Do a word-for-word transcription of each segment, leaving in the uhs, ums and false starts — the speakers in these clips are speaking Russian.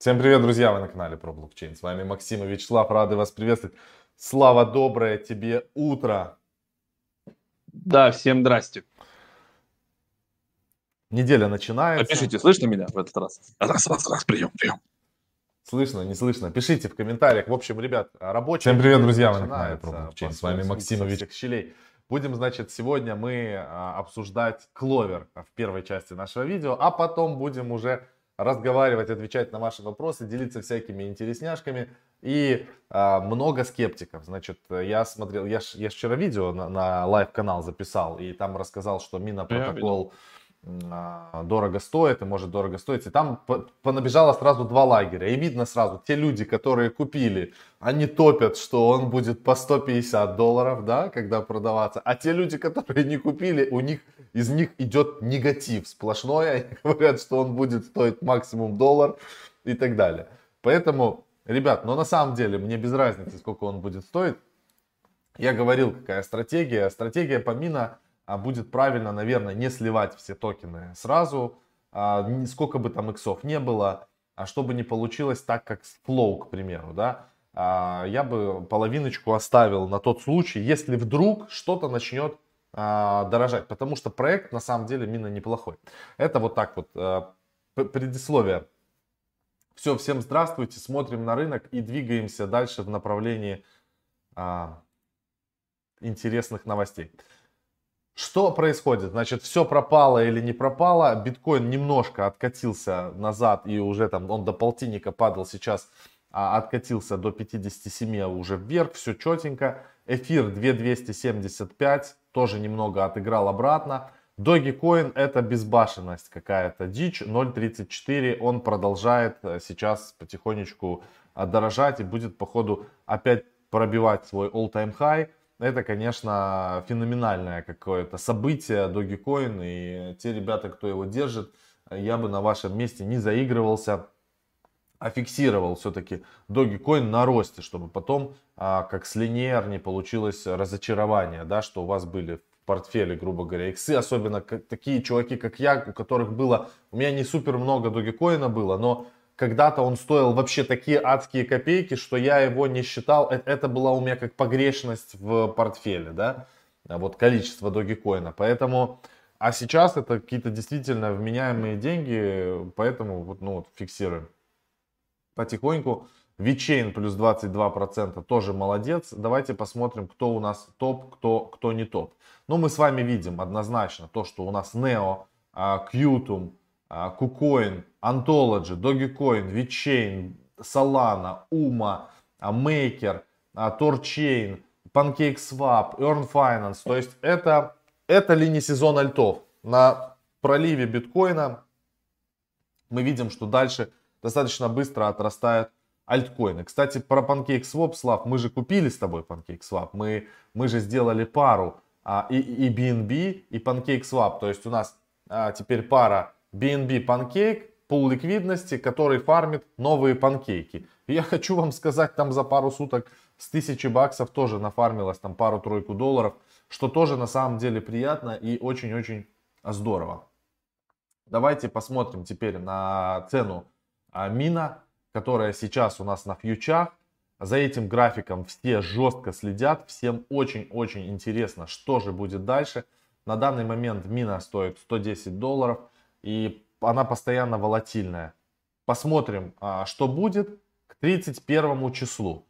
Всем привет, друзья! Вы на канале про блокчейн. С вами Максим и Вячеслав. Рады вас приветствовать. Слава, доброе тебе утро! Да, всем здрасте. Неделя начинается. Напишите, слышно меня в этот раз? Раз, раз, раз, прием, прием. Слышно, не слышно? Пишите в комментариях. В общем, ребят, рабочая Всем привет, друзья! Вы на канале про блокчейн. С вами Максим и Вячеслав. Будем, значит, сегодня мы а, обсуждать Clover в первой части нашего видео, а потом будем уже разговаривать, отвечать на ваши вопросы, делиться всякими интересняшками и а, много скептиков. Значит, я смотрел, я, я вчера видео на, на лайв-канал записал и там рассказал, что Мина протокол а, дорого стоит и может дорого стоить. И там по, понабежало сразу два лагеря. И видно сразу, те люди, которые купили, они топят, что он будет по сто пятьдесят долларов, да, когда продаваться. А те люди, которые не купили, у них из них идет негатив сплошной. Они говорят, что он будет стоить максимум доллар и так далее. Поэтому, ребят, но на самом деле мне без разницы, сколько он будет стоить. Я говорил, какая стратегия. Стратегия по Мина будет правильно, наверное, не сливать все токены сразу. Сколько бы там иксов не было, а чтобы не получилось так, как с Flow, к примеру, да. Я бы половиночку оставил на тот случай, если вдруг что-то начнет дорожать. Потому что проект на самом деле Мина неплохой. Это вот так вот предисловие. Все, всем здравствуйте, смотрим на рынок и двигаемся дальше в направлении а, интересных новостей. Что происходит? Значит, все пропало или не пропало. Биткоин немножко откатился назад и уже там он до полтинника падал, сейчас а, откатился до пятидесяти семи уже вверх, все четенько. Эфир две тысячи двести семьдесят пять тоже немного отыграл обратно. Dogecoin это безбашенность какая-то, дичь, ноль тридцать четыре, он продолжает сейчас потихонечку дорожать и будет походу опять пробивать свой all-time high. Это, конечно, феноменальное какое-то событие Dogecoin, и те ребята, кто его держит, я бы на вашем месте не заигрывался, а фиксировал все-таки Dogecoin на росте, чтобы потом, как с Linear, не получилось разочарование, да, что у вас были в портфеле, грубо говоря, иксы, особенно как, такие чуваки, как я, у которых было, у меня не супер много Dogecoin было, но когда-то он стоил вообще такие адские копейки, что я его не считал, это, это была у меня как погрешность в портфеле, да, вот количество Dogecoin, поэтому, а сейчас это какие-то действительно вменяемые деньги, поэтому вот, ну, вот фиксируем потихоньку. VeChain плюс двадцать два процента тоже молодец. Давайте посмотрим, кто у нас топ, кто, кто не топ. Ну, мы с вами видим однозначно то, что у нас Neo, Qtum, KuCoin, Ontology, Dogecoin, VeChain, Solana, UMA, Maker, TorChain, PancakeSwap, Earn Finance. То есть это, это ли не сезон альтов? На проливе биткоина мы видим, что дальше достаточно быстро отрастают альткоины. Кстати, про PancakeSwap, Слав, мы же купили с тобой PancakeSwap. Мы, мы же сделали пару а, и, и би эн би, и PancakeSwap. То есть у нас а, теперь пара би эн би Pancake, пул ликвидности, который фармит новые панкейки. И я хочу вам сказать, там за пару суток с тысячи баксов тоже нафармилось там пару-тройку долларов, что тоже на самом деле приятно и очень-очень здорово. Давайте посмотрим теперь на цену Мина, которая сейчас у нас на фьючах. За этим графиком все жестко следят. Всем очень-очень интересно, что же будет дальше. На данный момент Мина стоит сто десять долларов. И она постоянно волатильная. Посмотрим, что будет к тридцать первому числу.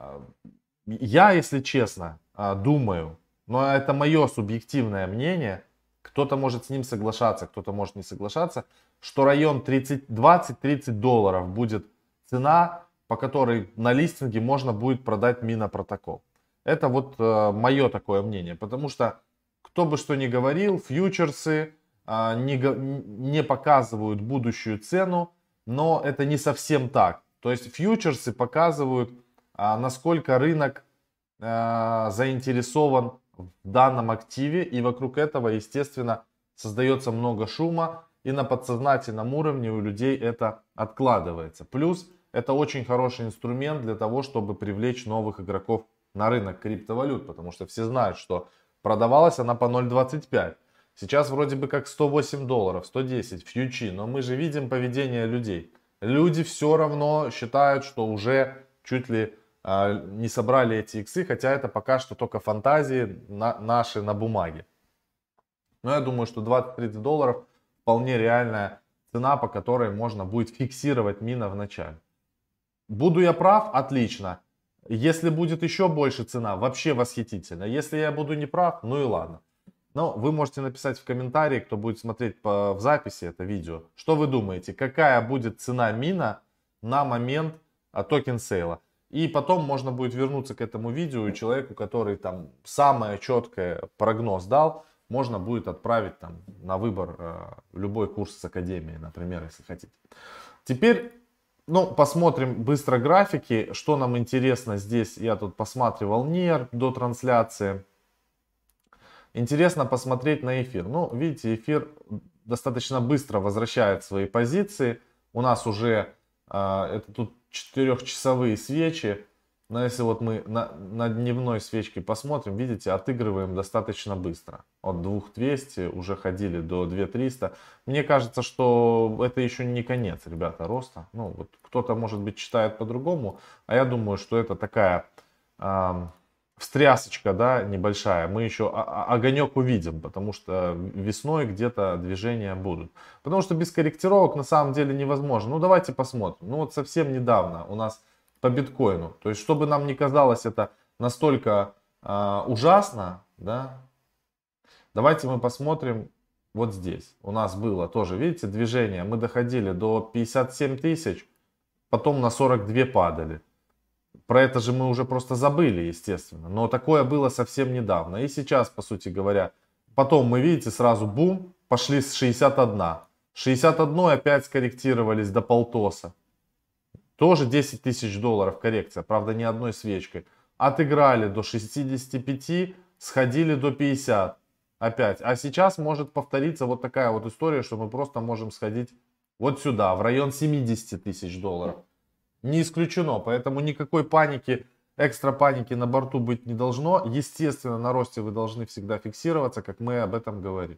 Я, если честно, думаю, но это мое субъективное мнение, кто-то может с ним соглашаться, кто-то может не соглашаться, что район двадцать-тридцать долларов будет цена, по которой на листинге можно будет продать Мина протокол. Это вот э, мое такое мнение, потому что кто бы что ни говорил, фьючерсы э, не, не показывают будущую цену, но это не совсем так. То есть фьючерсы показывают, э, насколько рынок э, заинтересован в данном активе, и вокруг этого, естественно, создается много шума, и на подсознательном уровне у людей это откладывается. Плюс это очень хороший инструмент для того, чтобы привлечь новых игроков на рынок криптовалют, потому что все знают, что продавалась она по ноль двадцать пять. Сейчас вроде бы как сто восемь долларов, сто десять фьючи, но мы же видим поведение людей. Люди все равно считают, что уже чуть ли а, не собрали эти иксы, хотя это пока что только фантазии на, наши на бумаге. Но я думаю, что двадцать-тридцать долларов вполне реальная цена, по которой можно будет фиксировать мина в начале. Буду я прав? Отлично. Если будет еще больше цена, вообще восхитительно. Если я буду не прав, ну и ладно. Но вы можете написать в комментарии, кто будет смотреть по, в записи это видео, что вы думаете, какая будет цена мина на момент а, токен сейла. И потом можно будет вернуться к этому видео, и человеку, который там самое четкое прогноз дал, можно будет отправить там на выбор э, любой курс с академии, например, если хотите. Теперь, ну, посмотрим быстро графики, что нам интересно здесь. Я тут посматривал НИР до трансляции. Интересно посмотреть на эфир. Ну, видите, эфир достаточно быстро возвращает свои позиции. У нас уже э, это тут четырехчасовые свечи. Но если вот мы на, на дневной свечке посмотрим, видите, отыгрываем достаточно быстро. От двух тысяч двухсот уже ходили до две тысячи триста. Мне кажется, что это еще не конец, ребята, роста. Ну, вот кто-то, может быть, читает по-другому. А я думаю, что это такая э, встрясочка, да, небольшая. Мы еще огонек увидим, потому что весной где-то движения будут. Потому что без корректировок на самом деле невозможно. Ну, давайте посмотрим. Ну, вот совсем недавно у нас по биткоину. То есть, чтобы нам не казалось это настолько э, ужасно, да, давайте мы посмотрим вот здесь. У нас было тоже, видите, движение. Мы доходили до пятьдесят семь тысяч, потом на сорок две падали. Про это же мы уже просто забыли, естественно. Но такое было совсем недавно. И сейчас, по сути говоря, потом мы, видите, сразу бум, пошли с шестьдесят одной. шестьдесят одной опять скорректировались до полтоса. Тоже десять тысяч долларов коррекция, правда не одной свечкой. Отыграли до шестидесяти пяти, сходили до пятидесяти опять. А сейчас может повториться вот такая вот история, что мы просто можем сходить вот сюда, в район семидесяти тысяч долларов. Не исключено, поэтому никакой паники, экстра паники на борту быть не должно. Естественно, на росте вы должны всегда фиксироваться, как мы об этом говорим.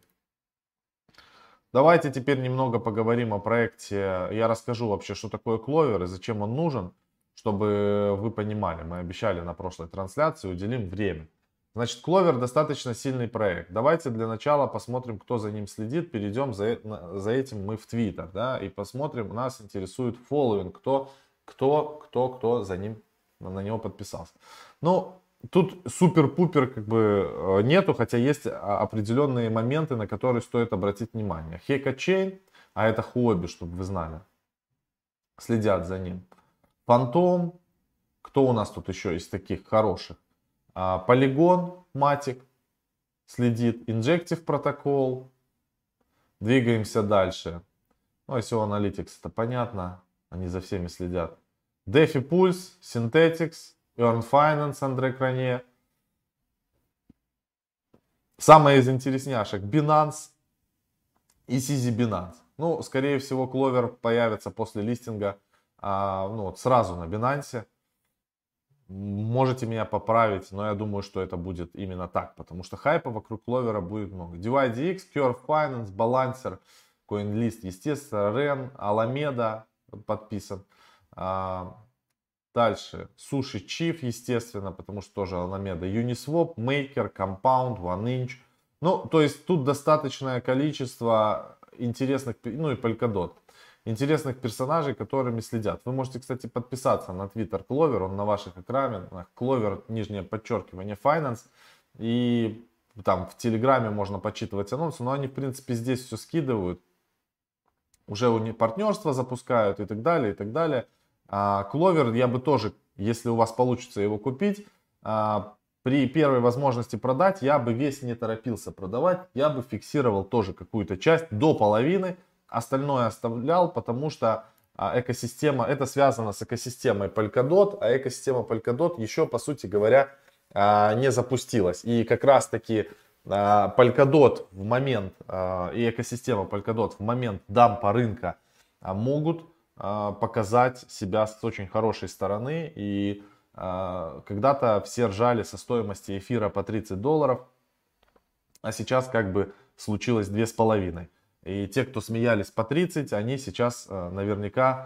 Давайте теперь немного поговорим о проекте. Я расскажу вообще, что такое Clover и зачем он нужен, чтобы вы понимали. Мы обещали на прошлой трансляции, уделим время. Значит, Clover достаточно сильный проект. Давайте для начала посмотрим, кто за ним следит. Перейдем за, за этим мы в Twitter, да, и посмотрим, нас интересует following, кто, кто, кто, кто за ним, на него подписался. Ну, тут супер-пупер как бы нету, хотя есть определенные моменты, на которые стоит обратить внимание. Hekachain, а это Huobi, чтобы вы знали, следят за ним. Phantom, кто у нас тут еще из таких хороших? Polygon, Matic следит, Injective Protocol. Двигаемся дальше. Ну, эс и о Analytics, это понятно, они за всеми следят. DeFi Pulse, Synthetics, Earn Finance, Андрей Кране. Самое из интересняшек Binance и си зет Binance. Ну, скорее всего, Clover появится после листинга а, ну, вот сразу на Binance. Можете меня поправить, но я думаю, что это будет именно так, потому что хайпа вокруг Clover будет много. ди вай ди экс, Curve Finance, Balancer, CoinList, естественно, Ren, Alameda подписан. А, Дальше, Sushi Chief, естественно, потому что тоже Alameda, Uniswap, Maker, Compound, OneInch. Ну, то есть тут достаточное количество интересных, ну и Polkadot, интересных персонажей, которыми следят. Вы можете, кстати, подписаться на Twitter Clover, он на ваших экранах, Clover, нижнее подчеркивание, Finance. И там в Телеграме можно почитывать анонсы, но они, в принципе, здесь все скидывают. Уже у них партнерство запускают и так далее, и так далее. Clover я бы тоже, если у вас получится его купить, при первой возможности продать, я бы весь не торопился продавать, я бы фиксировал тоже какую-то часть до половины, остальное оставлял, потому что экосистема, это связано с экосистемой Polkadot, а экосистема Polkadot еще, по сути говоря, не запустилась. И как раз таки Polkadot в момент, и экосистема Polkadot в момент дампа рынка могут показать себя с очень хорошей стороны. И э, когда-то все ржали со стоимости эфира по тридцать долларов, а сейчас как бы случилось две с половиной. И те, кто смеялись по тридцать, они сейчас э, наверняка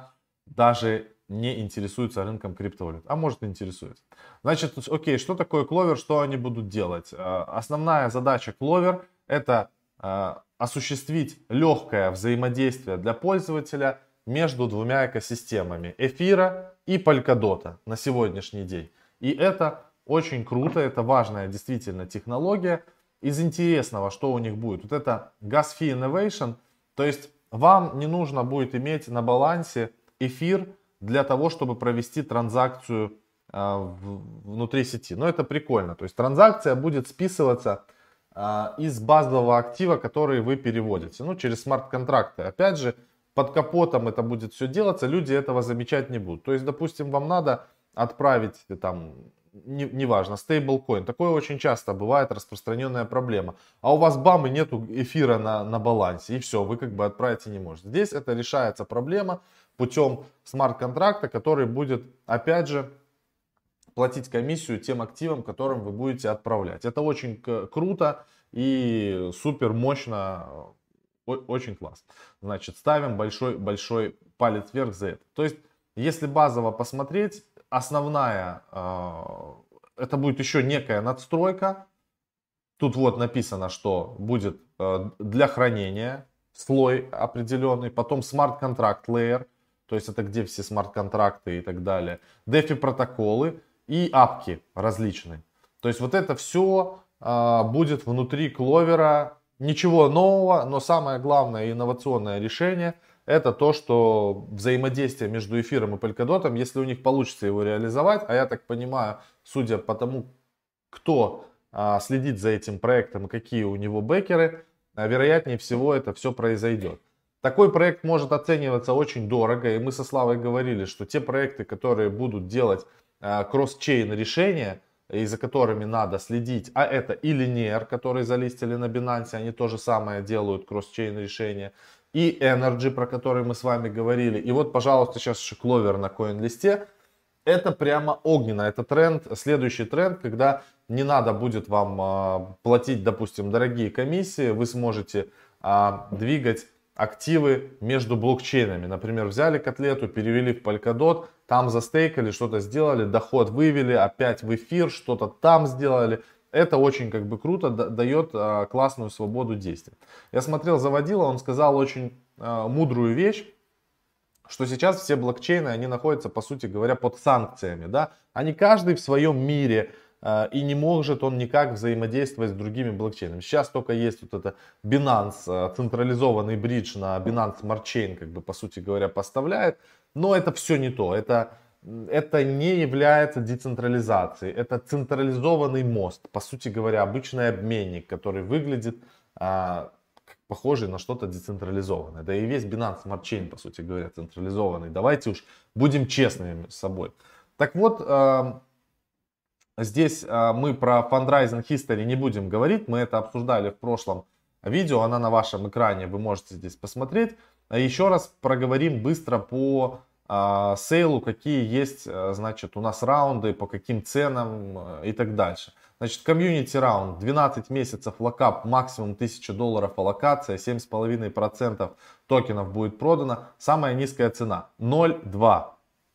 даже не интересуется рынком криптовалют, а может интересуется. Значит, окей, что такое Clover, что они будут делать? Основная задача Clover — это осуществить легкое взаимодействие для пользователя между двумя экосистемами эфира и Polkadot на сегодняшний день. И это очень круто, это важная действительно технология. Из интересного, что у них будет, вот это Gas Fee Innovation, то есть вам не нужно будет иметь на балансе эфир для того, чтобы провести транзакцию э, внутри сети. Но это прикольно, то есть транзакция будет списываться э, из базового актива, который вы переводите, ну через смарт-контракты. Опять же, под капотом это будет все делаться, люди этого замечать не будут. То есть, допустим, вам надо отправить там, неважно, не стейблкоин. Такое очень часто бывает распространенная проблема. А у вас бам и нету эфира на, на балансе. И все, вы как бы отправить не можете. Здесь это решается проблема путем смарт-контракта, который будет, опять же, платить комиссию тем активам, которым вы будете отправлять. Это очень круто и супер мощно. Очень классно. Значит, ставим большой, большой палец вверх за это. То есть, если базово посмотреть, основная, э, это будет еще некая надстройка. Тут вот написано, что будет э, для хранения слой определенный, потом смарт-контракт layer, то есть это где все смарт-контракты и так далее, дефи протоколы и апки различные. То есть вот это все э, будет внутри Clover. Ничего нового, но самое главное инновационное решение — это то, что взаимодействие между эфиром и Polkadot, если у них получится его реализовать, а я так понимаю, судя по тому, кто а, следит за этим проектом и какие у него бэкеры, а, вероятнее всего это все произойдет. Такой проект может оцениваться очень дорого, и мы со Славой говорили, что те проекты, которые будут делать а, кросс-чейн решения, и за которыми надо следить, а это и Linear, который залистили на Binance, они то же самое делают, кросс-чейн решения, и Energy, про который мы с вами говорили. И вот, пожалуйста, сейчас Clover на CoinList'е. Это прямо огненно, это тренд, следующий тренд, когда не надо будет вам а, платить, допустим, дорогие комиссии, вы сможете а, двигать активы между блокчейнами. Например, взяли котлету, перевели в Polkadot, там застейкали, что-то сделали, доход вывели, опять в эфир, что-то там сделали. Это очень как бы круто, дает а, классную свободу действий. Я смотрел Заводила, он сказал очень а, мудрую вещь, что сейчас все блокчейны, они находятся, по сути говоря, под санкциями. Да? Они каждый в своем мире, и не может он никак взаимодействовать с другими блокчейнами. Сейчас только есть вот это Binance, централизованный бридж на Binance Smart Chain, как бы, по сути говоря, поставляет. Но это все не то. Это, это не является децентрализацией. Это централизованный мост. По сути говоря, обычный обменник, который выглядит а, похожий на что-то децентрализованное. Да и весь Binance Smart Chain, по сути говоря, централизованный. Давайте уж будем честными с собой. Так вот, а, здесь а, мы про Fundraising History не будем говорить. Мы это обсуждали в прошлом видео. Она на вашем экране, вы можете здесь посмотреть. А еще раз проговорим быстро по а, сейлу, какие есть, а, значит, у нас раунды, по каким ценам а, и так дальше. Значит, комьюнити раунд, двенадцать месяцев локап, максимум тысяча долларов аллокация, семь с половиной процентов токенов будет продано. Самая низкая цена ноль целых два.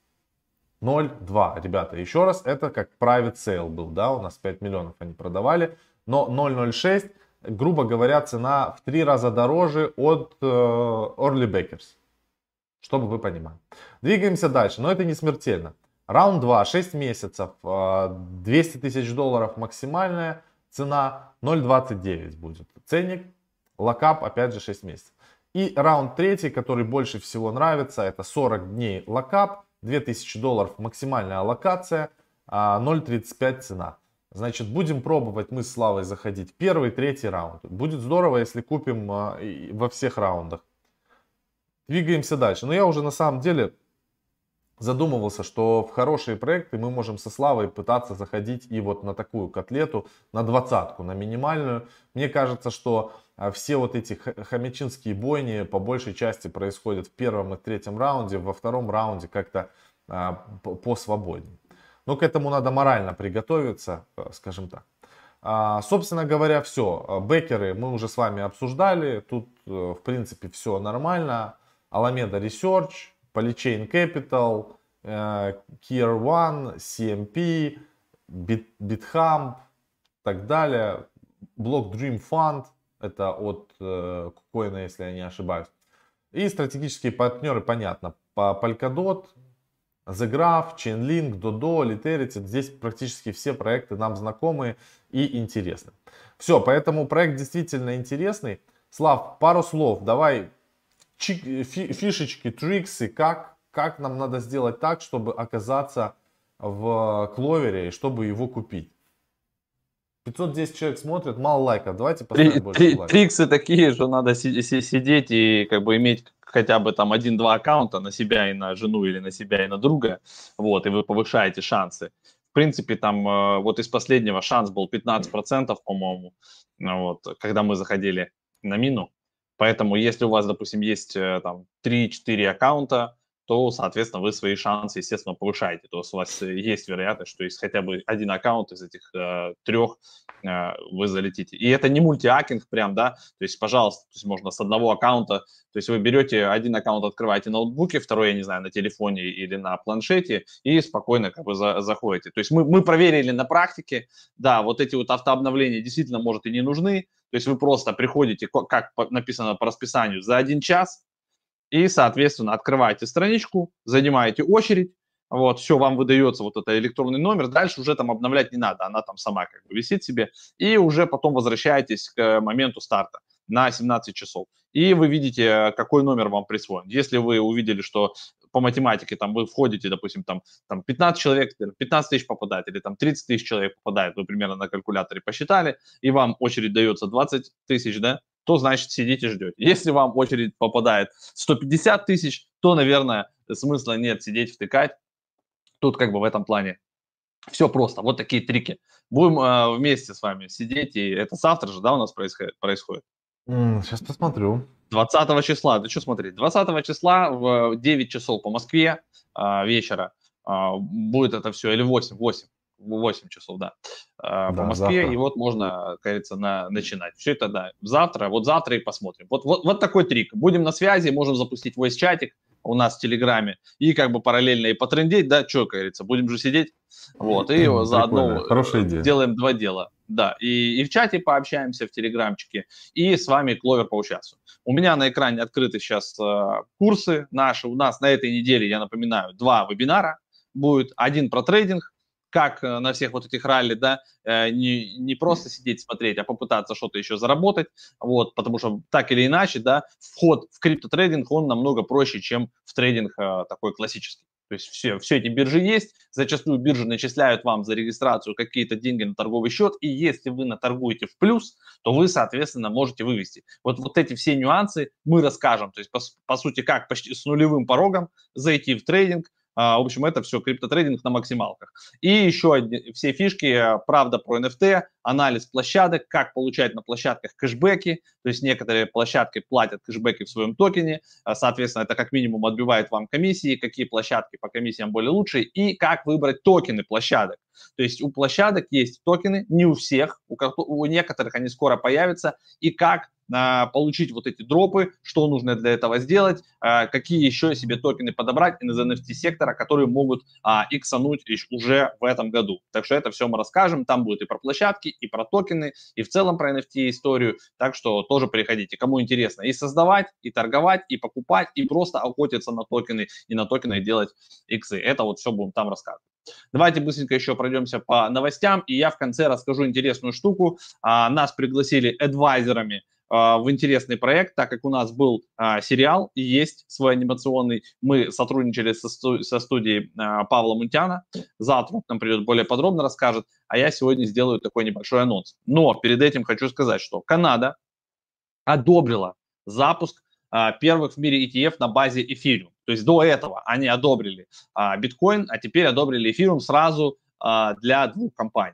ноль целых два, ребята, еще раз, это как private sale был, да, у нас пять миллионов они продавали, но ноль целых шесть, грубо говоря, цена в три раза дороже от э, Early Backers, чтобы вы понимали. Двигаемся дальше, но это не смертельно. Раунд два, шесть месяцев, двести тысяч долларов максимальная цена, ноль целых двадцать девять будет ценник, локап опять же шесть месяцев. И раунд третий, который больше всего нравится, это сорок дней локап, две тысячи долларов максимальная аллокация, ноль целых тридцать пять цена. Значит, будем пробовать мы с Славой заходить первый, третий раунд. Будет здорово, если купим во всех раундах. Двигаемся дальше. Но я уже на самом деле задумывался, что в хорошие проекты мы можем со Славой пытаться заходить и вот на такую котлету, на двадцатку, на минимальную. Мне кажется, что все вот эти хомячинские бойни по большей части происходят в первом и третьем раунде, во втором раунде как-то посвободнее. Но к этому надо морально приготовиться, скажем так. Собственно говоря, все. Бэкеры мы уже с вами обсуждали. Тут, в принципе, все нормально. Alameda Research. Polychain Capital, э, Tier One, си эм пи, Bit, BitHump и так далее. Block Dream Fund, это от э, KuCoin, если я не ошибаюсь. И стратегические партнеры, понятно, по Polkadot, The Graph, Chainlink, Dodo, Literity. Здесь практически все проекты нам знакомые и интересны. Все, поэтому проект действительно интересный. Слав, пару слов, давай фишечки, триксы, как, как нам надо сделать так, чтобы оказаться в Кловере и чтобы его купить. пятьсот десять человек смотрят, мало лайков, давайте поставим Три, больше три, лайков. Триксы такие, что надо си- си- сидеть и как бы иметь хотя бы там один-два аккаунта на себя и на жену или на себя и на друга, вот, и вы повышаете шансы. В принципе, там э, вот из последнего шанс был пятнадцать процентов, по-моему, ну вот, когда мы заходили на мину. Поэтому если у вас, допустим, есть э, там три-четыре аккаунта, то, соответственно, вы свои шансы, естественно, повышаете. То есть у вас есть вероятность, что есть хотя бы один аккаунт из этих э, трех, э, вы залетите. И это не мультиакинг прям, да, то есть, пожалуйста, то есть можно с одного аккаунта, то есть вы берете один аккаунт, открываете на ноутбуке, второй, я не знаю, на телефоне или на планшете и спокойно как бы за, заходите. То есть мы, мы проверили на практике, да, вот эти вот автообновления действительно, может, и не нужны, то есть вы просто приходите, как написано по расписанию, за один час, и, соответственно, открываете страничку, занимаете очередь, вот, все, вам выдается вот этот электронный номер, дальше уже там обновлять не надо, она там сама как бы висит себе, и уже потом возвращаетесь к моменту старта на семнадцать часов. И вы видите, какой номер вам присвоен. Если вы увидели, что по математике там вы входите, допустим, там, там пятнадцать человек, пятнадцать тысяч попадает, или там тридцать тысяч человек попадает, вы примерно на калькуляторе посчитали, и вам очередь дается двадцать тысяч, да, то, значит, сидите, ждете. Если вам очередь попадает сто пятьдесят тысяч, то, наверное, смысла нет сидеть, втыкать. Тут как бы в этом плане все просто. Вот такие трики. Будем э, вместе с вами сидеть, и это завтра же, да, у нас происходит? происходит? Mm, сейчас посмотрю. двадцатого числа, да что смотреть, двадцатого числа в девять часов по Москве э, вечера э, будет это все, или восемь, восемь. восемь часов, да, да, по Москве, завтра. И вот можно, как говорится, на, начинать. Все это, да, завтра, вот завтра и посмотрим. Вот, вот, вот такой трик. Будем на связи, можем запустить voice-чатик у нас в Телеграме и как бы параллельно и потрындеть, да, что, как говорится, будем же сидеть, вот, и mm, заодно делаем два дела. Да, и, и в чате пообщаемся, в Телеграмчике, и с вами Кловер поучаствуем. У меня на экране открыты сейчас э, курсы наши. У нас на этой неделе, я напоминаю, два вебинара будет. Один про трейдинг, как на всех вот этих ралли, да, не, не просто сидеть смотреть, а попытаться что-то еще заработать, вот, потому что так или иначе, да, вход в криптотрейдинг, он намного проще, чем в трейдинг а, такой классический. То есть все, все эти биржи есть, зачастую биржи начисляют вам за регистрацию какие-то деньги на торговый счет, и если вы наторгуете в плюс, то вы, соответственно, можете вывести. Вот, вот эти все нюансы мы расскажем, то есть, по, по сути, как почти с нулевым порогом зайти в трейдинг. В общем, это все криптотрейдинг на максималках. И еще одни, все фишки, правда про эн эф ти, анализ площадок, как получать на площадках кэшбэки. То есть некоторые площадки платят кэшбэки в своем токене. Соответственно, это как минимум отбивает вам комиссии, какие площадки по комиссиям более лучшие. И как выбрать токены площадок. То есть у площадок есть токены, не у всех, у, у некоторых они скоро появятся. И как а, получить вот эти дропы, что нужно для этого сделать, а, какие еще себе токены подобрать из эн эф ти-сектора, которые могут а, иксануть уже в этом году. Так что это все мы расскажем. Там будет и про площадки, и про токены, и в целом про эн эф ти-историю. Так что тоже приходите, кому интересно. И создавать, и торговать, и покупать, и просто охотиться на токены, и на токены делать иксы. Это вот все будем там рассказывать. Давайте быстренько еще пройдемся по новостям, и я в конце расскажу интересную штуку. А, нас пригласили адвайзерами а, в интересный проект, так как у нас был а, сериал и есть свой анимационный. Мы сотрудничали со, сту- со студией а, Павла Мунтяна. Завтра он нам придет, более подробно расскажет, а я сегодня сделаю такой небольшой анонс. Но перед этим хочу сказать, что Канада одобрила запуск а, первых в мире и ти эф на базе Ethereum. То есть до этого они одобрили а, биткоин, а теперь одобрили эфириум сразу а, для двух компаний.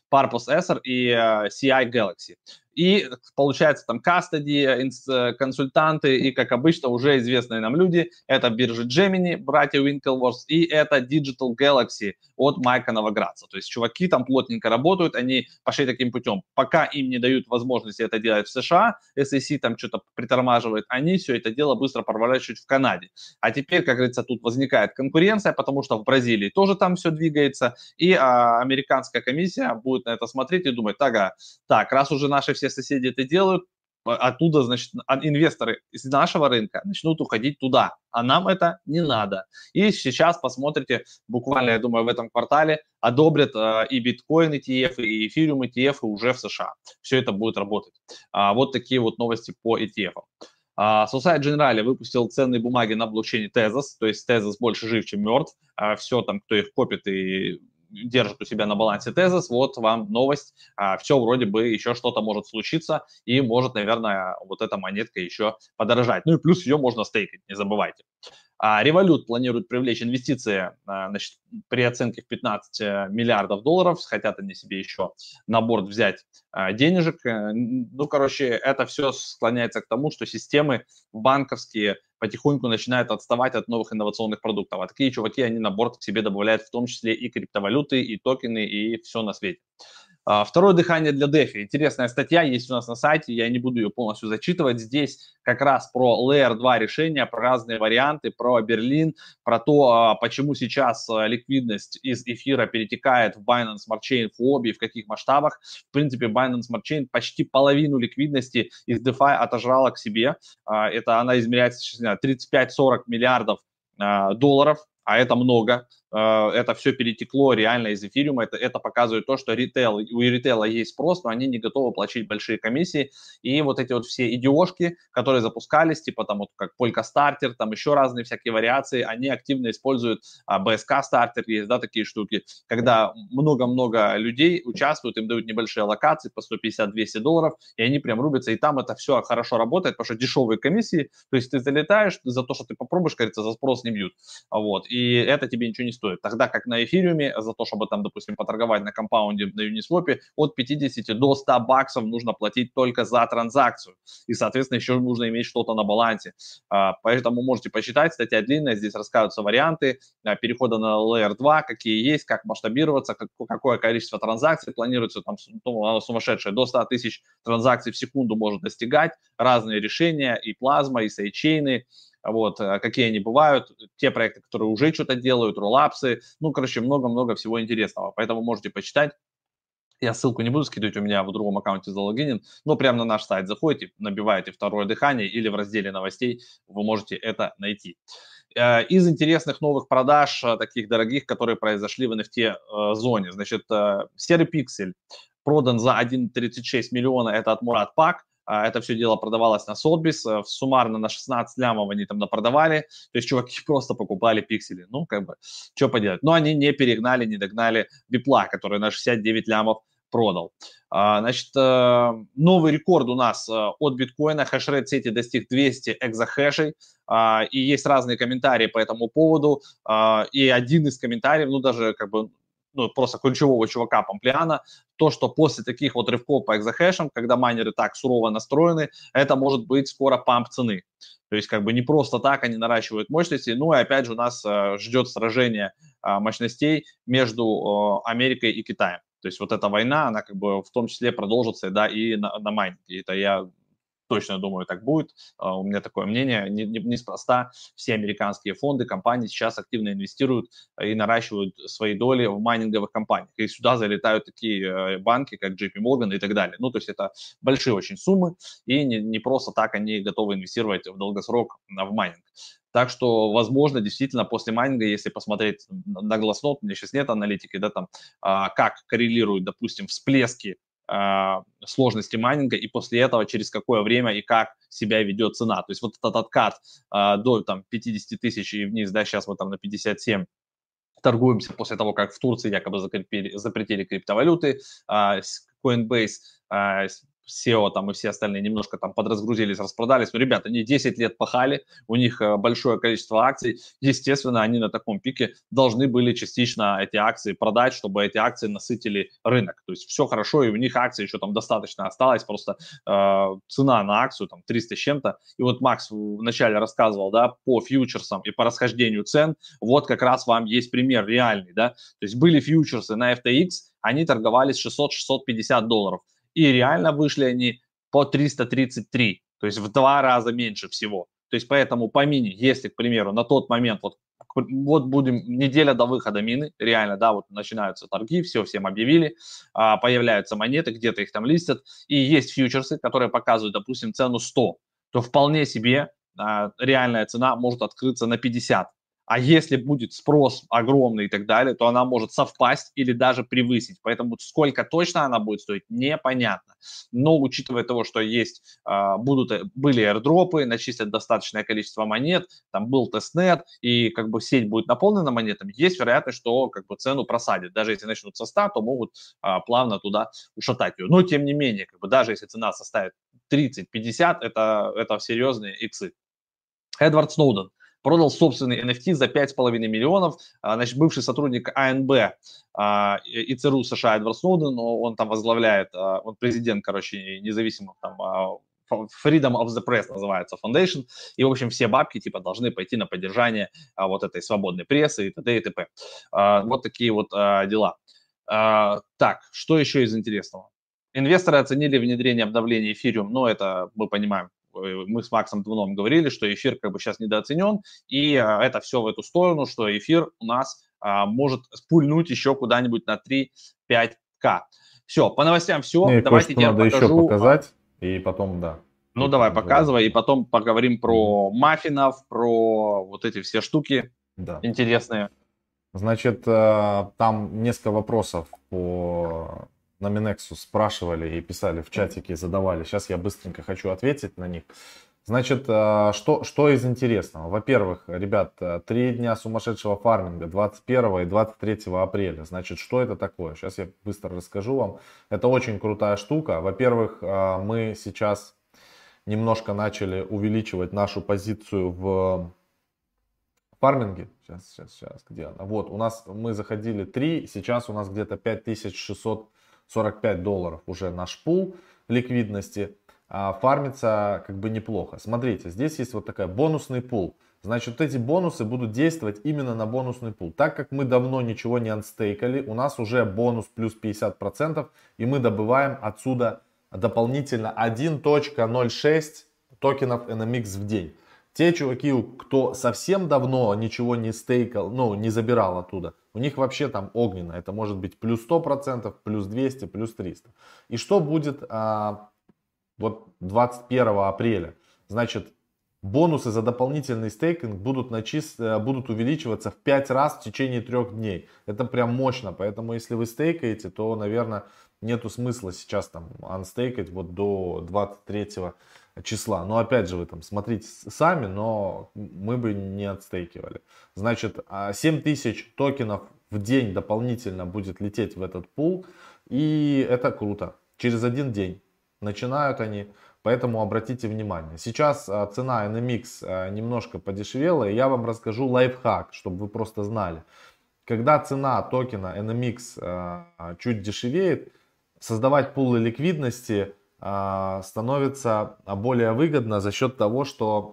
Purpose Acer и си ай Galaxy. И получается там custody, консультанты и, как обычно, уже известные нам люди. Это биржа Gemini, братья Winklevoss, и это Digital Galaxy от Майка Новоградца. То есть чуваки там плотненько работают, они пошли таким путем. Пока им не дают возможности это делать в США, эс и си там что-то притормаживает, они все это дело быстро проворачивают в Канаде. А теперь, как говорится, тут возникает конкуренция, потому что в Бразилии тоже там все двигается, и а, американская комиссия будет на это смотреть и думать, ага, так, раз уже наши все соседи это делают, оттуда, значит, инвесторы из нашего рынка начнут уходить туда, а нам это не надо. И сейчас посмотрите, буквально, я думаю, в этом квартале одобрят э, и биткоин и ти эф, и эфириум и ти эф уже в США. Все это будет работать. А, вот такие вот новости по и ти эф. Uh, Societe Generale выпустил ценные бумаги на блокчейне Tezos, то есть Tezos больше жив, чем мертв. Uh, все там, кто их копит и держит у себя на балансе Tezos, вот вам новость, uh, все вроде бы еще что-то может случиться, и может, наверное, вот эта монетка еще подорожать. Ну и плюс ее можно стейкать, не забывайте. А Revolut планирует привлечь инвестиции, значит, при оценке в пятнадцать миллиардов долларов. Хотят они себе еще на борт взять денежек. Ну, короче, это все склоняется к тому, что системы банковские потихоньку начинают отставать от новых инновационных продуктов. А такие чуваки, они на борт к себе добавляют в том числе и криптовалюты, и токены, и все на свете. Второе дыхание для DeFi. Интересная статья есть у нас на сайте, я не буду ее полностью зачитывать. Здесь как раз про Layer два решения, про разные варианты, про Берлин, про то, почему сейчас ликвидность из эфира перетекает в Binance Smart Chain, в Huobi, в каких масштабах. В принципе, Binance Smart Chain почти половину ликвидности из DeFi отожрала к себе. Это она измеряется тридцать пять сорок миллиардов долларов, а это много. Это все перетекло реально из эфириума. Это, это показывает то, что ритейл, у ритейла есть спрос, но они не готовы платить большие комиссии. И вот эти вот все идиошки, которые запускались, типа там вот как Polka Starter, там еще разные всякие вариации, они активно используют би эс кей Starter, есть, да, такие штуки, когда много-много людей участвуют, им дают небольшие аллокации по сто пятьдесят - двести долларов, и они прям рубятся, и там это все хорошо работает, потому что дешевые комиссии, то есть ты залетаешь, за то, что ты попробуешь, кажется, за спрос не бьют. Вот, и это тебе ничего не стоит. Тогда как на эфириуме, за то, чтобы там, допустим, поторговать на компаунде, на Uniswap, от пятидесяти до ста баксов нужно платить только за транзакцию. И, соответственно, еще нужно иметь что-то на балансе. Поэтому можете посчитать, статья длинная, здесь рассказываются варианты перехода на Layer два, какие есть, как масштабироваться, какое количество транзакций планируется, там ну, сумасшедшее, до ста тысяч транзакций в секунду может достигать, разные решения, и плазма, и сейчейны, вот, какие они бывают, те проекты, которые уже что-то делают, роллапсы, ну, короче, много-много всего интересного, поэтому можете почитать. Я ссылку не буду скидывать, у меня в другом аккаунте залогинен, но прямо на наш сайт заходите, набиваете второе дыхание или в разделе новостей вы можете это найти. Из интересных новых продаж, таких дорогих, которые произошли в эн эф ти-зоне, значит, серый пиксель продан за один целых тридцать шесть миллиона, это от Мурат Пак. Это все дело продавалось на Сотбис, суммарно на шестнадцать лямов они там напродавали, то есть чуваки просто покупали пиксели, ну, как бы, что поделать. Но они не перегнали, не догнали Бипла, который на шестьдесят девять лямов продал. Значит, новый рекорд у нас от биткоина, хешрейт сети достиг двести экзохэшей, и есть разные комментарии по этому поводу, и один из комментариев, ну, даже как бы, ну, просто ключевого чувака Помплиана, то, что после таких вот рывков по экзохэшам, когда майнеры так сурово настроены, это может быть скоро памп цены. То есть как бы не просто так они наращивают мощности. Ну и опять же у нас э, ждет сражение э, мощностей между э, Америкой и Китаем. То есть вот эта война, она как бы в том числе продолжится, да, и на, на майнинге. Это я точно думаю, так будет. Uh, у меня такое мнение. Неспроста не, не все американские фонды, компании сейчас активно инвестируют и наращивают свои доли в майнинговых компаниях. И сюда залетают такие uh, банки, как джей пи Morgan и так далее. Ну, то есть это большие очень суммы, и не, не просто так они готовы инвестировать в долгосрок в майнинг. Так что, возможно, действительно, после майнинга, если посмотреть на Glassnode, у меня сейчас нет аналитики, да, там, uh, как коррелируют, допустим, всплески сложности майнинга, и после этого через какое время и как себя ведет цена. То есть вот этот откат а, до там, пятидесяти тысяч и вниз, да, сейчас мы там на пятьдесят семь торгуемся после того, как в Турции якобы запретили, запретили криптовалюты, а, Coinbase а, сео там и все остальные немножко там подразгрузились, распродались. Но, ребята, они десять лет пахали, у них большое количество акций. Естественно, они на таком пике должны были частично эти акции продать, чтобы эти акции насытили рынок. То есть все хорошо, и у них акций еще там достаточно осталось, просто э, цена на акцию там триста с чем-то. И вот Макс вначале рассказывал, да, по фьючерсам и по расхождению цен, вот как раз вам есть пример реальный, да. То есть были фьючерсы на эф ти экс, они торговались шестьсот — шестьсот пятьдесят долларов. И реально вышли они по триста тридцать три, то есть в два раза меньше всего. То есть поэтому по мини, если, к примеру, на тот момент, вот, вот будем, неделя до выхода мины, реально, да, вот начинаются торги, все, всем объявили, а, появляются монеты, где-то их там листят, и есть фьючерсы, которые показывают, допустим, цену сто, то вполне себе а, реальная цена может открыться на пятьдесят. А если будет спрос огромный и так далее, то она может совпасть или даже превысить. Поэтому сколько точно она будет стоить, непонятно. Но учитывая того, что есть, будут, были airdropы, начислят достаточное количество монет, там был тестнет, и как бы сеть будет наполнена монетами, есть вероятность, что как бы цену просадят. Даже если начнут со ста, то могут а, плавно туда ушатать ее. Но тем не менее, как бы, даже если цена составит тридцать-пятьдесят, это, это серьезные иксы. Эдвард Сноуден продал собственный эн эф ти за пять с половиной миллионов. Значит, бывший сотрудник а эн бэ и ЦРУ США Эдвард Сноуден, он там возглавляет, он президент, короче, независимых там Freedom of the Press называется Foundation, и, в общем, все бабки, типа, должны пойти на поддержание а, вот этой свободной прессы и т.д. и т.п. А, вот такие вот а, дела. А, так, что еще из интересного? Инвесторы оценили внедрение обновления Ethereum, но это мы понимаем, мы с Максом давно говорили, что эфир как бы сейчас недооценен, и а, это все в эту сторону, что эфир у нас а, может спульнуть еще куда-нибудь на три-пять ка. Все, по новостям все. Не, давайте я надо покажу. еще показать, и потом, да. Ну, и давай, показывай, и потом поговорим про mm-hmm. маффинов, про вот эти все штуки да. интересные. Значит, там несколько вопросов по... на Минексу спрашивали и писали в чатике, задавали. Сейчас я быстренько хочу ответить на них. Значит, что, что из интересного? Во-первых, ребят, три дня сумасшедшего фарминга, двадцать первого и двадцать третьего апреля. Значит, что это такое? Сейчас я быстро расскажу вам. Это очень крутая штука. Во-первых, мы сейчас немножко начали увеличивать нашу позицию в фарминге. Сейчас, сейчас, сейчас, где она? Вот, у нас мы заходили три, сейчас у нас где-то пять тысяч шестьсот сорок пять долларов уже наш пул ликвидности. А фармится как бы неплохо. Смотрите, здесь есть вот такая бонусный пул. Значит, вот эти бонусы будут действовать именно на бонусный пул. Так как мы давно ничего не анстейкали, у нас уже бонус плюс пятьдесят процентов, и мы добываем отсюда дополнительно один целых ноль шесть токенов эн эм икс в день. Те чуваки, кто совсем давно ничего не стейкал, ну, не забирал оттуда, у них вообще там огненно. Это может быть плюс сто процентов, плюс двести, плюс триста. И что будет а, вот двадцать первого апреля? Значит, бонусы за дополнительный стейкинг будут, начис... будут увеличиваться в пять раз в течение трех дней. Это прям мощно. Поэтому если вы стейкаете, то, наверное, нету смысла сейчас там анстейкать вот до двадцать третьего числа. Но опять же, вы там смотрите сами, но мы бы не отстейкивали. Значит, семь тысяч токенов в день дополнительно будет лететь в этот пул. И это круто. Через один день начинают они. Поэтому обратите внимание. Сейчас цена эн эм икс немножко подешевела. И я вам расскажу лайфхак, чтобы вы просто знали. Когда цена токена эн эм икс чуть дешевеет, создавать пулы ликвидности становится более выгодно за счет того, что,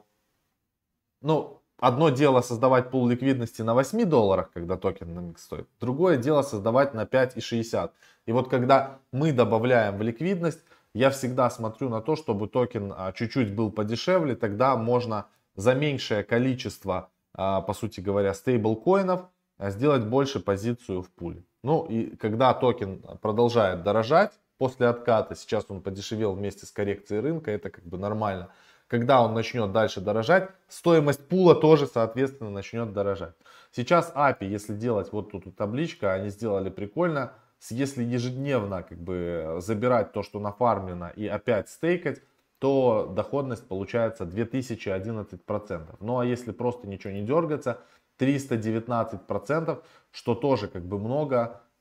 ну, одно дело создавать пул ликвидности на восьми долларах, когда токен эн эм икс стоит, другое дело создавать на пять и шестьдесят. И вот когда мы добавляем в ликвидность, я всегда смотрю на то, чтобы токен чуть-чуть был подешевле, тогда можно за меньшее количество, по сути говоря, стейблкоинов сделать больше позицию в пуле. Ну и когда токен продолжает дорожать, после отката, сейчас он подешевел вместе с коррекцией рынка, это как бы нормально. Когда он начнет дальше дорожать, стоимость пула тоже, соответственно, начнет дорожать. Сейчас эй пи ай, если делать, вот тут табличка, они сделали прикольно. Если ежедневно как бы забирать то, что нафармлено, и опять стейкать, то доходность получается две тысячи одиннадцать процентов. Ну а если просто ничего не дергаться, триста девятнадцать процентов, что тоже как бы много.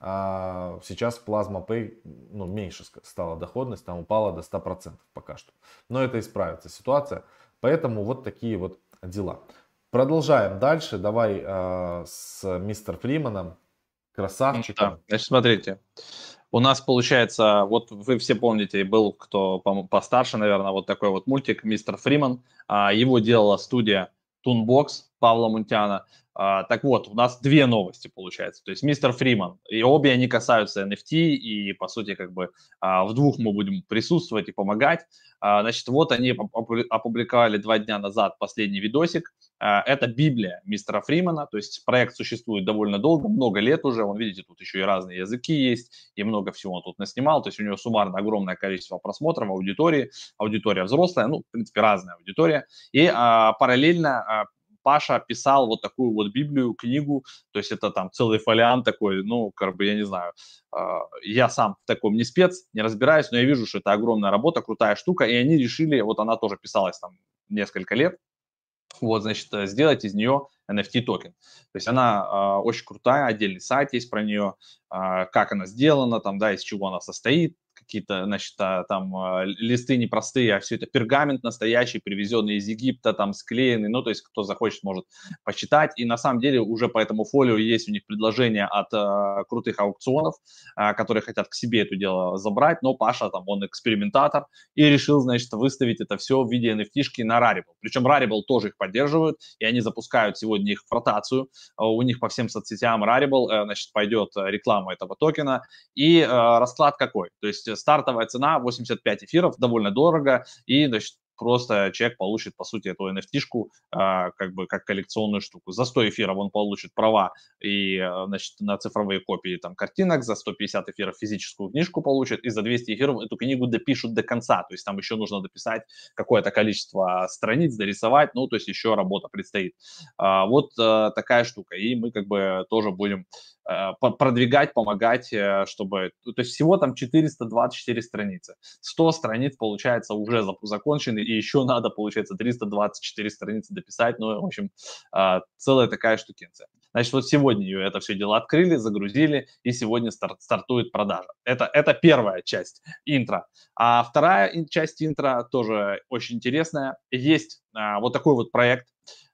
а сейчас в Plasma Pay ну, меньше стала доходность, там упала до ста процентов пока что. Но это исправится ситуация. Поэтому вот такие вот дела. Продолжаем дальше. Давай э, с мистером Фриманом, красавчиком. Да. Значит, смотрите. У нас получается, вот вы все помните, был кто постарше, наверное, вот такой вот мультик «Мистер Фриман». Его делала студия Toonbox Павла Мунтяна. Так вот, у нас две новости получается. То есть «Мистер Фриман», и обе они касаются эн эф ти, и по сути как бы в двух мы будем присутствовать и помогать. Значит, вот они опубликовали два дня назад последний видосик. Это Библия мистера Фримана, то есть проект существует довольно долго, много лет уже, вон, видите, тут еще и разные языки есть, и много всего он тут наснимал, то есть у него суммарно огромное количество просмотров, аудитории, аудитория взрослая, ну, в принципе, разная аудитория, и а, параллельно а, Паша писал вот такую вот Библию, книгу, то есть это там целый фолиант такой, ну, как бы, я не знаю, а, я сам в таком не спец, не разбираюсь, но я вижу, что это огромная работа, крутая штука, и они решили, вот она тоже писалась там несколько лет, вот, значит, сделать из нее эн эф ти токен. То есть она э, очень крутая, отдельный сайт есть про нее, э, как она сделана, там, да, из чего она состоит, какие-то, значит, там листы непростые, а все это пергамент настоящий, привезенный из Египта, там склеенный, ну, то есть кто захочет, может почитать. И на самом деле уже по этому фолио есть у них предложения от э, крутых аукционов, э, которые хотят к себе это дело забрать, но Паша там, он экспериментатор и решил, значит, выставить это все в виде эн эф ти-шки на Rarible. Причем Rarible тоже их поддерживают, и они запускают сегодня их в ротацию. У них по всем соцсетям Rarible, э, значит, пойдет реклама этого токена. И э, расклад какой? То есть стартовая цена восемьдесят пять эфиров, довольно дорого, и, значит, просто человек получит, по сути, эту эн эф ти-шку э, как бы как коллекционную штуку. За сто эфиров он получит права и, э, значит, на цифровые копии там картинок, за сто пятьдесят эфиров физическую книжку получит, и за двести эфиров эту книгу допишут до конца, то есть там еще нужно дописать какое-то количество страниц, дорисовать, ну, то есть еще работа предстоит. А, вот а, такая штука, и мы как бы тоже будем а, продвигать, помогать, чтобы, то есть всего там четыреста двадцать четыре страницы, сто страниц, получается, уже закончены, и еще надо, получается, триста двадцать четыре страницы дописать, ну, в общем, а, целая такая штукенция. Значит, вот сегодня это все дело открыли, загрузили, и сегодня старт, стартует продажа. Это, это первая часть интро. А вторая часть интро тоже очень интересная. Есть а, вот такой вот проект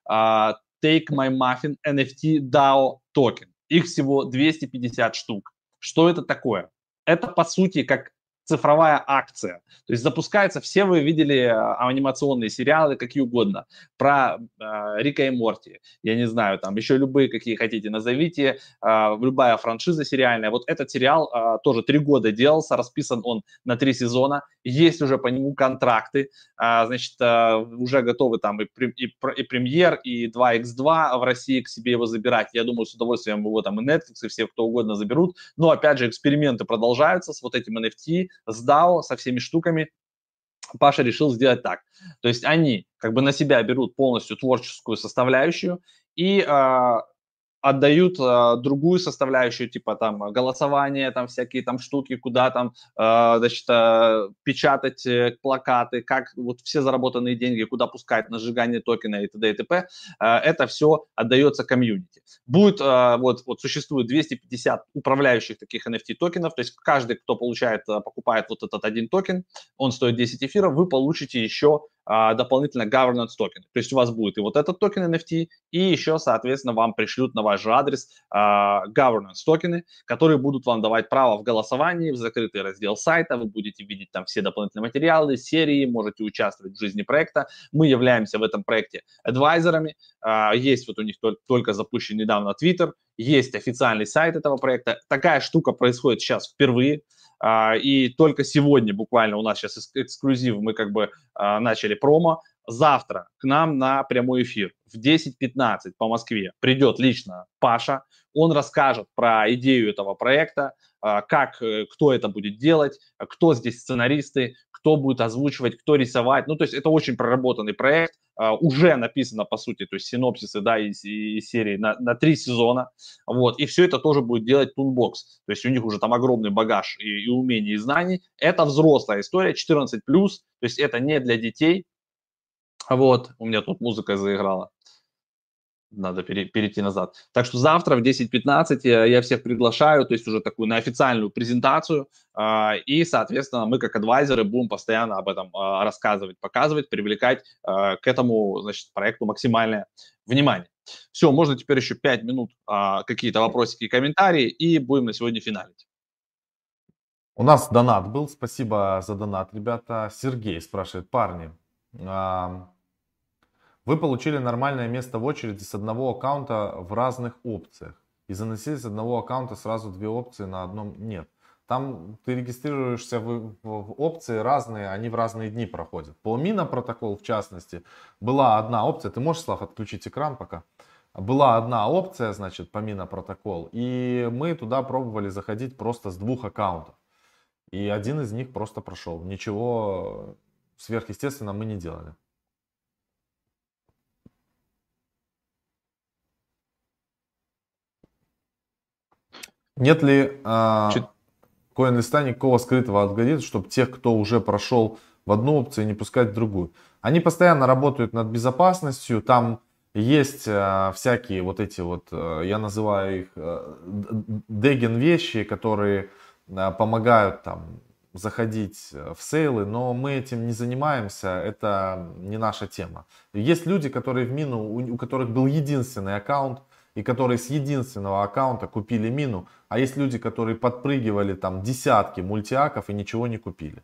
а, Take My Muffin эн эф ти дао токен. Их всего двести пятьдесят штук. Что это такое? Это, по сути, как цифровая акция. То есть запускается, все вы видели анимационные сериалы, какие угодно, про э, Рика и Морти, я не знаю, там еще любые, какие хотите, назовите, э, любая франшиза сериальная. Вот этот сериал э, тоже три года делался, расписан он на три сезона, есть уже по нему контракты, э, значит, э, уже готовы там и, и, и премьер, и два икс два в России к себе его забирать. Я думаю, с удовольствием его там и Netflix, и все, кто угодно заберут. Но, опять же, эксперименты продолжаются с вот этим эн эф ти, с дао, со всеми штуками. Паша решил сделать так. То есть они как бы на себя берут полностью творческую составляющую и э, отдают э, другую составляющую, типа там голосование, там всякие там штуки, куда там, э, значит, э, печатать э, плакаты, как вот все заработанные деньги, куда пускать на сжигание токена и т.д. и т.п. Э, это все отдается комьюнити. Будет, э, вот, вот существует двести пятьдесят управляющих таких эн эф ти токенов, то есть каждый, кто получает, покупает вот этот один токен, он стоит десять эфиров, вы получите еще Uh, дополнительно governance токен. То есть у вас будет и вот этот токен эн эф ти, и еще, соответственно, вам пришлют на ваш же адрес uh, governance токены, которые будут вам давать право в голосовании, в закрытый раздел сайта, вы будете видеть там все дополнительные материалы, серии, можете участвовать в жизни проекта. Мы являемся в этом проекте адвайзерами, uh, есть вот у них только, только запущен недавно Twitter, есть официальный сайт этого проекта. Такая штука происходит сейчас впервые. Uh, и только сегодня буквально у нас сейчас эксклюзив, мы как бы uh, начали промо. Завтра к нам на прямой эфир в десять пятнадцать по Москве придет лично Паша. Он расскажет про идею этого проекта, uh, как, кто это будет делать, кто здесь сценаристы, кто будет озвучивать, кто рисовать. Ну, то есть это очень проработанный проект. Uh, уже написано, по сути, то есть синопсисы, да, из, из серии на, на три сезона, вот, и все это тоже будет делать Toonbox, то есть у них уже там огромный багаж и, и умений, и знаний. Это взрослая история, четырнадцать плюс, то есть это не для детей, вот, у меня тут музыка заиграла. надо пере, перейти назад. Так что завтра в десять пятнадцать я всех приглашаю, то есть уже такую на официальную презентацию, э, и, соответственно, мы как адвайзеры будем постоянно об этом э, рассказывать, показывать, привлекать э, к этому, значит, проекту максимальное внимание. Все, можно теперь еще пять минут э, какие-то вопросики и комментарии, и будем на сегодня финалить. У нас донат был, спасибо за донат, ребята. Сергей спрашивает: парни, вы получили нормальное место в очереди с одного аккаунта в разных опциях и заносили с одного аккаунта сразу две опции на одном? Нет. Там ты регистрируешься в, в опции разные, они в разные дни проходят. По Мина протокол, в частности, была одна опция. Ты можешь, Слав, отключить экран пока? Была одна опция, значит, по Мина протокол, и мы туда пробовали заходить просто с двух аккаунтов. И один из них просто прошел. Ничего сверхъестественного мы не делали. Нет ли а, CoinList'а никакого скрытого алгоритма, чтобы тех, кто уже прошел в одну опцию, не пускать в другую? Они постоянно работают над безопасностью. Там есть а, всякие вот эти вот, а, я называю их а, деген вещи, которые а, помогают там заходить в сейлы, но мы этим не занимаемся, это не наша тема. Есть люди, которые в Мину, у, у которых был единственный аккаунт, и которые с единственного аккаунта купили Мину, а есть люди, которые подпрыгивали там десятки мультиаков и ничего не купили.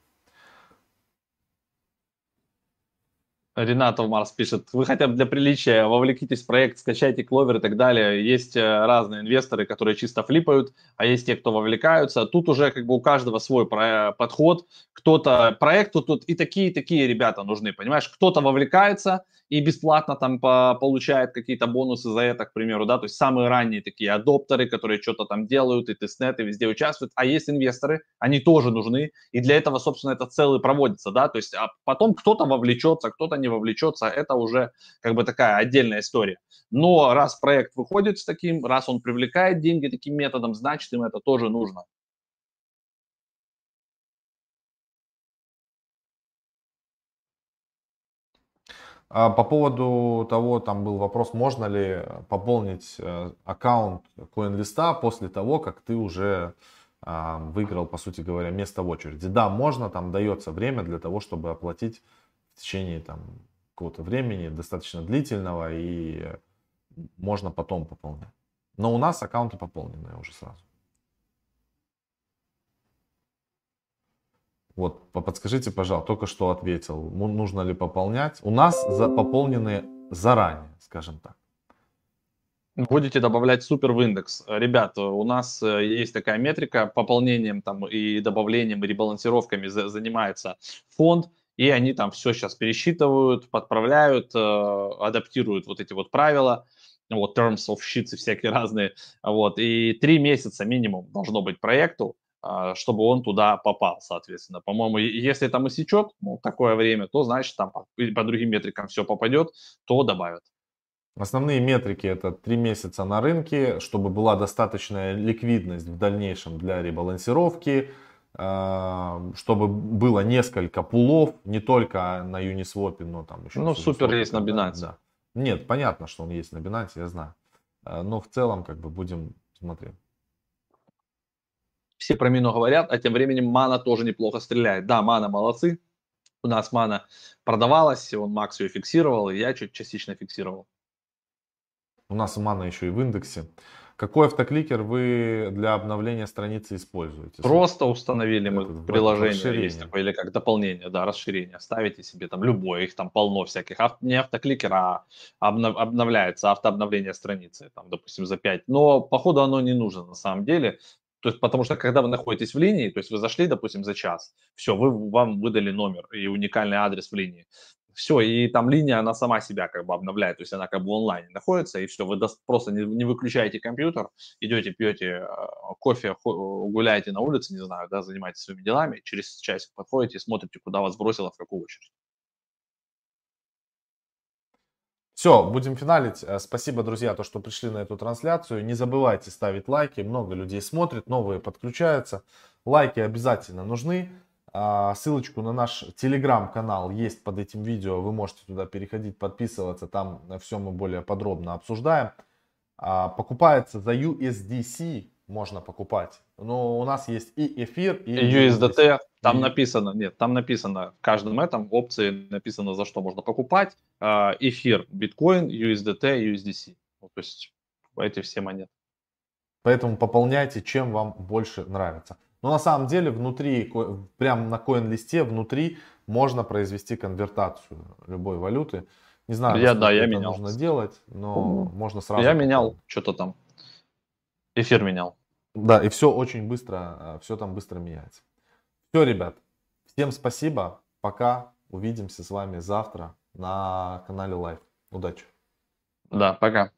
Ренатов Марс пишет: вы хотя бы для приличия вовлекитесь в проект, скачайте Кловер и так далее. Есть разные инвесторы, которые чисто флипают, а есть те, кто вовлекаются. Тут уже как бы у каждого свой подход. Кто-то проекту тут и такие, и такие ребята нужны, понимаешь? Кто-то вовлекается и бесплатно там по, получает какие-то бонусы за это, к примеру, да, то есть самые ранние такие адоптеры, которые что-то там делают, и тестнеты везде участвуют, а есть инвесторы, они тоже нужны, и для этого, собственно, это целый проводится, да, то есть а потом кто-то вовлечется, кто-то не вовлечется, это уже как бы такая отдельная история. Но раз проект выходит с таким, раз он привлекает деньги таким методом, значит, им это тоже нужно. А по поводу того, там был вопрос, можно ли пополнить аккаунт CoinList'а после того, как ты уже а, выиграл, по сути говоря, место в очереди. Да, можно, там дается время для того, чтобы оплатить в течение там какого-то времени, достаточно длительного, и можно потом пополнять. Но у нас аккаунты пополненные уже сразу. Вот, подскажите, пожалуйста, только что ответил, нужно ли пополнять. У нас за, пополнены заранее, скажем так. Будете добавлять супер в индекс. Ребят, у нас есть такая метрика, пополнением там и добавлением, и ребалансировками занимается фонд, и они там все сейчас пересчитывают, подправляют, адаптируют вот эти вот правила, вот terms of sheets и всякие разные, вот, и три месяца минимум должно быть проекту, чтобы он туда попал, соответственно. По-моему, если там истечет, ну, такое время, то значит там по, по другим метрикам все попадет, то добавят. Основные метрики — это три месяца на рынке, чтобы была достаточная ликвидность в дальнейшем для ребалансировки, чтобы было несколько пулов, не только на Uniswap, но там еще... Ну, супер есть на Binance. Да. Нет, понятно, что он есть на Binance, я знаю. Но в целом, как бы, будем смотреть. Все про Мину говорят, а тем временем Мана тоже неплохо стреляет. Да, Мана молодцы. У нас Мана продавалась, он Макс ее фиксировал, и я чуть частично фиксировал. У нас Мана еще и в индексе. Какой автокликер вы для обновления страницы используете? Просто установили мы это, приложение, есть такое, или как дополнение, да, расширение. Ставите себе там любое, их там полно всяких. Ав, не автокликер, а обнов, обновляется автообновление страницы, там, допустим, за пять. Но, походу, оно не нужно на самом деле. То есть, потому что, когда вы находитесь в линии, то есть вы зашли, допустим, за час, все, вы, вам выдали номер и уникальный адрес в линии. Все, и там линия, она сама себя как бы обновляет, то есть она как бы в онлайне находится, и все, вы просто не, не выключаете компьютер, идете, пьете кофе, гуляете на улице, не знаю, да, занимаетесь своими делами, через часик подходите, смотрите, куда вас бросило, в какую очередь. Все, будем финалить. Спасибо, друзья, то, что пришли на эту трансляцию. Не забывайте ставить лайки, много людей смотрит, новые подключаются. Лайки обязательно нужны. ссылочку на наш телеграм-канал есть под этим видео. Вы можете туда переходить, подписываться. Там все мы более подробно обсуждаем. Покупается за ю эс ди си, можно покупать. Но у нас есть и эфир, и ю эс ди ти. Там написано, нет, там написано в каждом этом опции написано, за что можно покупать. Эфир, биткоин, ю эс ди ти, ю эс ди си. То есть эти все монеты. Поэтому пополняйте, чем вам больше нравится. Но на самом деле внутри, прямо на коин-листе, внутри можно произвести конвертацию любой валюты. Не знаю, я, да, я это менял. нужно делать, но mm-hmm. можно сразу. Я менял что-то там. Эфир менял. Да, и все очень быстро, все там быстро меняется. Все, ребят, всем спасибо. Пока. Увидимся с вами завтра на канале Live. Удачи. Да, пока.